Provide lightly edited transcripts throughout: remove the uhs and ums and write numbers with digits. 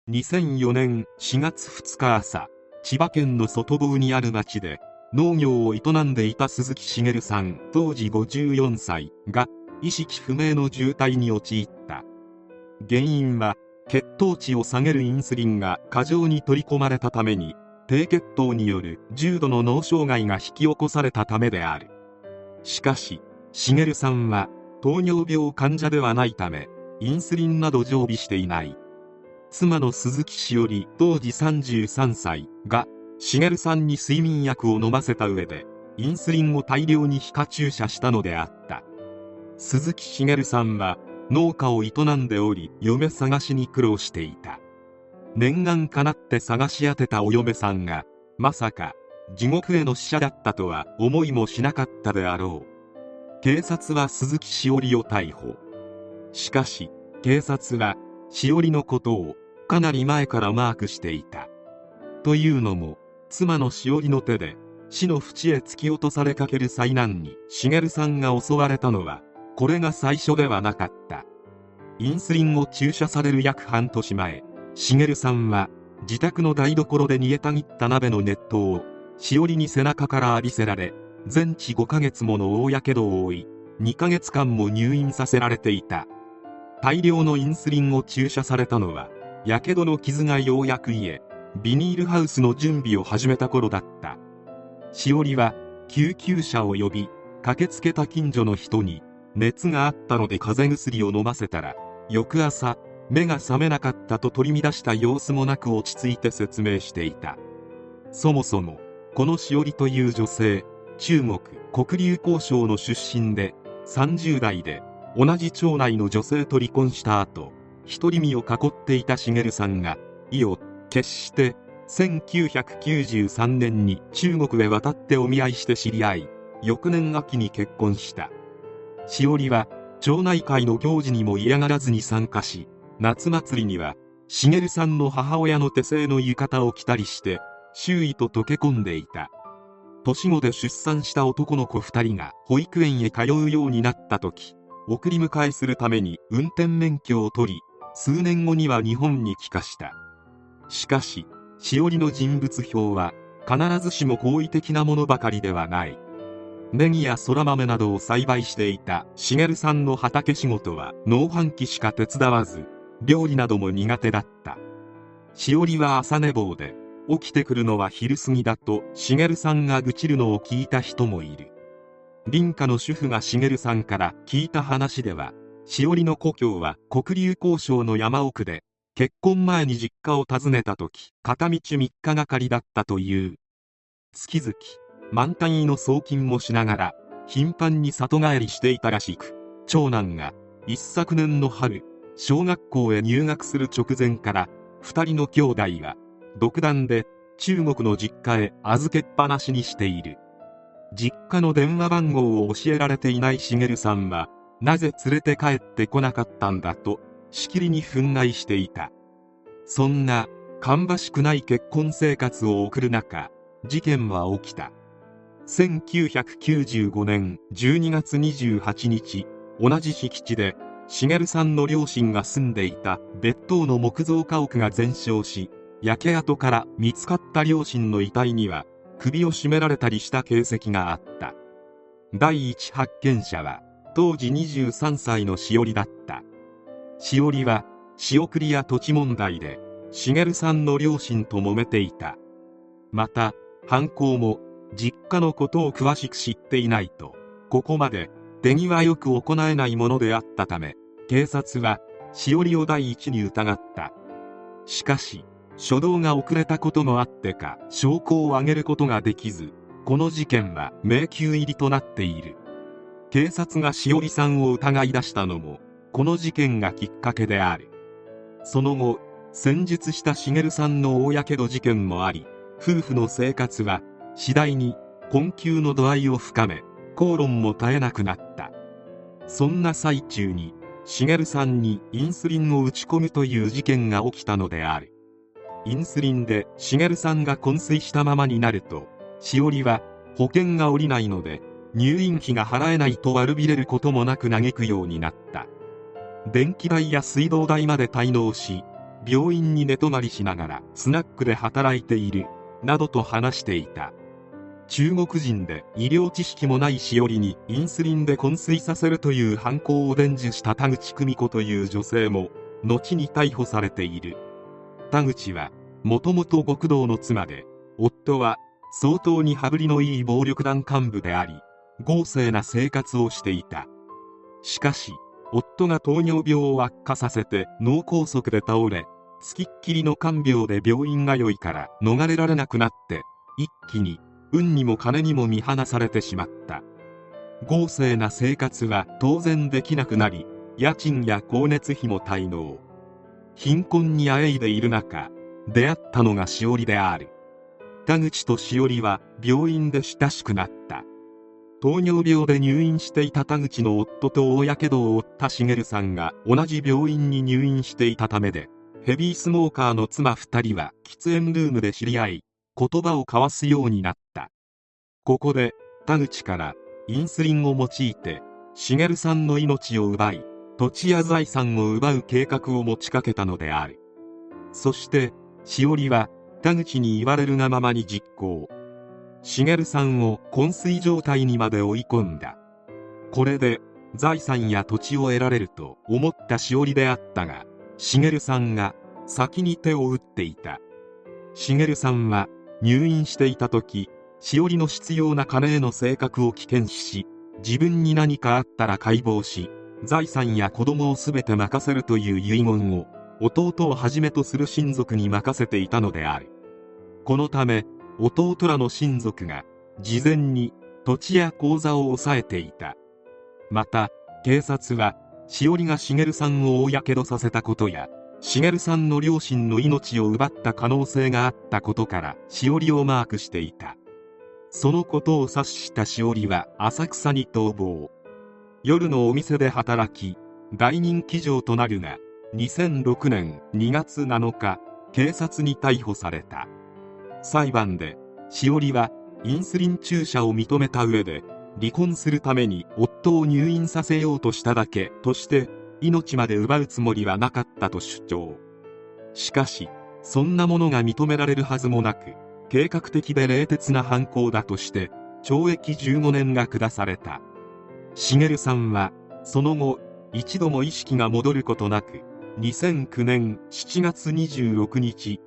2004年4月2日朝、千葉県の外房にある町で農業を営んでいた鈴木茂さん当時54歳が意識不明の重体に陥った。原因は血糖値を下げるインスリンが過剰に取り込まれたために低血糖による重度の脳障害が引き起こされたためである。しかし茂さんは糖尿病患者ではないためインスリンなど常備していない。妻の鈴木しおり当時33歳が茂さんに睡眠薬を飲ませた上でインスリンを大量に皮下注射したのであった。鈴木茂さんは農家を営んでおり嫁探しに苦労していた。念願かなって探し当てたお嫁さんがまさか地獄への使者だったとは思いもしなかったであろう。警察は鈴木しおりを逮捕。しかし警察はしおりのことをかなり前からマークしていた。というのも妻のしおりの手で死の淵へ突き落とされかける災難に茂さんが襲われたのはこれが最初ではなかった。インスリンを注射される約半年前、茂さんは自宅の台所で煮えたぎった鍋の熱湯をしおりに背中から浴びせられ全治5ヶ月もの大やけどを負い2ヶ月間も入院させられていた。大量のインスリンを注射されたのはやけどの傷がようやく癒えビニールハウスの準備を始めた頃だった。しおりは救急車を呼び駆けつけた近所の人に熱があったので風邪薬を飲ませたら翌朝目が覚めなかったと取り乱した様子もなく落ち着いて説明していた。そもそもこのしおりという女性、中国黒竜江省の出身で30代で同じ町内の女性と離婚した後独り身を囲っていた茂さんが意を決して1993年に中国へ渡ってお見合いして知り合い翌年秋に結婚した。しおりは町内会の行事にも嫌がらずに参加し夏祭りには茂さんの母親の手製の浴衣を着たりして周囲と溶け込んでいた。年子で出産した男の子2人が保育園へ通うようになった時送り迎えするために運転免許を取り数年後には日本に帰化した。しかししおりの人物評は必ずしも好意的なものばかりではない。ネギやそら豆などを栽培していた茂さんの畑仕事は農繁期しか手伝わず料理なども苦手だった。しおりは朝寝坊で起きてくるのは昼過ぎだと茂さんが愚痴るのを聞いた人もいる。林家の主婦が茂さんから聞いた話ではしおりの故郷は黒竜江省の山奥で結婚前に実家を訪ねた時片道3日がかりだったという。月々万単位の送金もしながら頻繁に里帰りしていたらしく長男が一昨年の春小学校へ入学する直前から2人の兄弟は独断で中国の実家へ預けっぱなしにしている。実家の電話番号を教えられていない茂さんはなぜ連れて帰ってこなかったんだとしきりに憤慨していた。そんな芳しくない結婚生活を送る中事件は起きた。1995年12月28日同じ敷地で茂さんの両親が住んでいた別棟の木造家屋が全焼し焼け跡から見つかった両親の遺体には首を絞められたりした形跡があった。第一発見者は当時23歳のしおりだった。しおりは仕送りや土地問題で茂さんの両親と揉めていた。また犯行も実家のことを詳しく知っていないとここまで手際よく行えないものであったため警察はしおりを第一に疑った。しかし初動が遅れたこともあってか証拠を挙げることができずこの事件は迷宮入りとなっている。警察がしおりさんを疑い出したのもこの事件がきっかけである。その後戦術した茂さんの大やけど事件もあり夫婦の生活は次第に困窮の度合いを深め口論も絶えなくなった。そんな最中に茂さんにインスリンを打ち込むという事件が起きたのである。インスリンで茂さんが昏睡したままになるとしおりは保険が下りないので入院費が払えないと悪びれることもなく嘆くようになった。電気代や水道代まで滞納し病院に寝泊まりしながらスナックで働いているなどと話していた。中国人で医療知識もないしおりにインスリンで昏睡させるという犯行を伝授した田口久美子という女性も後に逮捕されている。田口はもともと極道の妻で、夫は相当に羽振りのいい暴力団幹部であり、豪勢な生活をしていた。しかし夫が糖尿病を悪化させて脳梗塞で倒れ、つきっきりの看病で病院通いから逃れられなくなって、一気に運にも金にも見放されてしまった。豪勢な生活は当然できなくなり、家賃や光熱費も滞納。貧困にあえいでいる中、出会ったのがしおりである。田口としおりは病院で親しくなった。糖尿病で入院していた田口の夫と大やけどを負った茂さんが同じ病院に入院していたためで、ヘビースモーカーの妻2人は喫煙ルームで知り合い、言葉を交わすようになった。ここで田口からインスリンを用いて茂さんの命を奪い、土地や財産を奪う計画を持ちかけたのである。そしてしおりは田口に言われるがままに実行。茂さんを昏睡状態にまで追い込んだ。これで財産や土地を得られると思ったしおりであったが、茂さんが先に手を打っていた。茂さんは入院していた時、しおりの執拗な金への性格を危険視し、自分に何かあったら解剖し、財産や子供を全て任せるという遺言を弟をはじめとする親族に任せていたのである。このため弟らの親族が事前に土地や口座を押さえていた。また警察はしおりが茂さんを大やけどさせたことや、茂さんの両親の命を奪った可能性があったことからしおりをマークしていた。そのことを察したしおりは浅草に逃亡。夜のお店で働き大人気嬢となるが、2006年2月7日警察に逮捕された。裁判でしおりはインスリン注射を認めた上で、離婚するために夫を入院させようとしただけとして命まで奪うつもりはなかったと主張。しかしそんなものが認められるはずもなく、計画的で冷徹な犯行だとして懲役15年が下された。茂さんはその後一度も意識が戻ることなく、2009年7月26日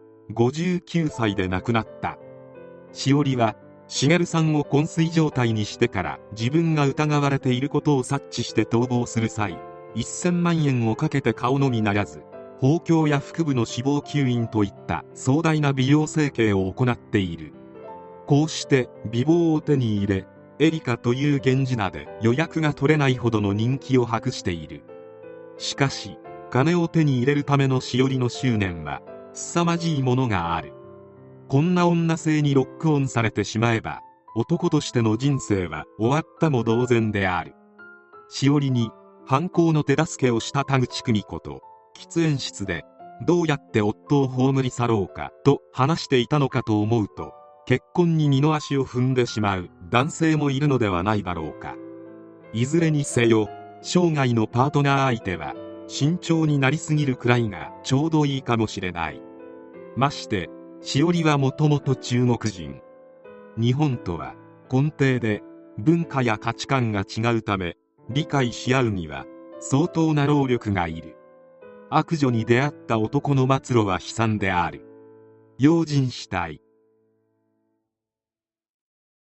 59歳で亡くなった。しおりは茂さんを昏睡状態にしてから自分が疑われていることを察知して逃亡する際、1000万円をかけて顔のみならず包協や腹部の脂肪吸引といった壮大な美容整形を行っている。こうして美貌を手に入れ、エリカという源氏名で予約が取れないほどの人気を博している。しかし金を手に入れるためのしおりの執念は凄まじいものがある。こんな女性にロックオンされてしまえば男としての人生は終わったも同然である。しおりに犯行の手助けをした田口久美子と喫煙室でどうやって夫を葬り去ろうかと話していたのかと思うと、結婚に二の足を踏んでしまう男性もいるのではないだろうか。いずれにせよ生涯のパートナー相手は慎重になりすぎるくらいがちょうどいいかもしれない。ましてしおりはもともと中国人。日本とは根底で文化や価値観が違うため、理解し合うには相当な労力がいる。悪女に出会った男の末路は悲惨である。用心したい。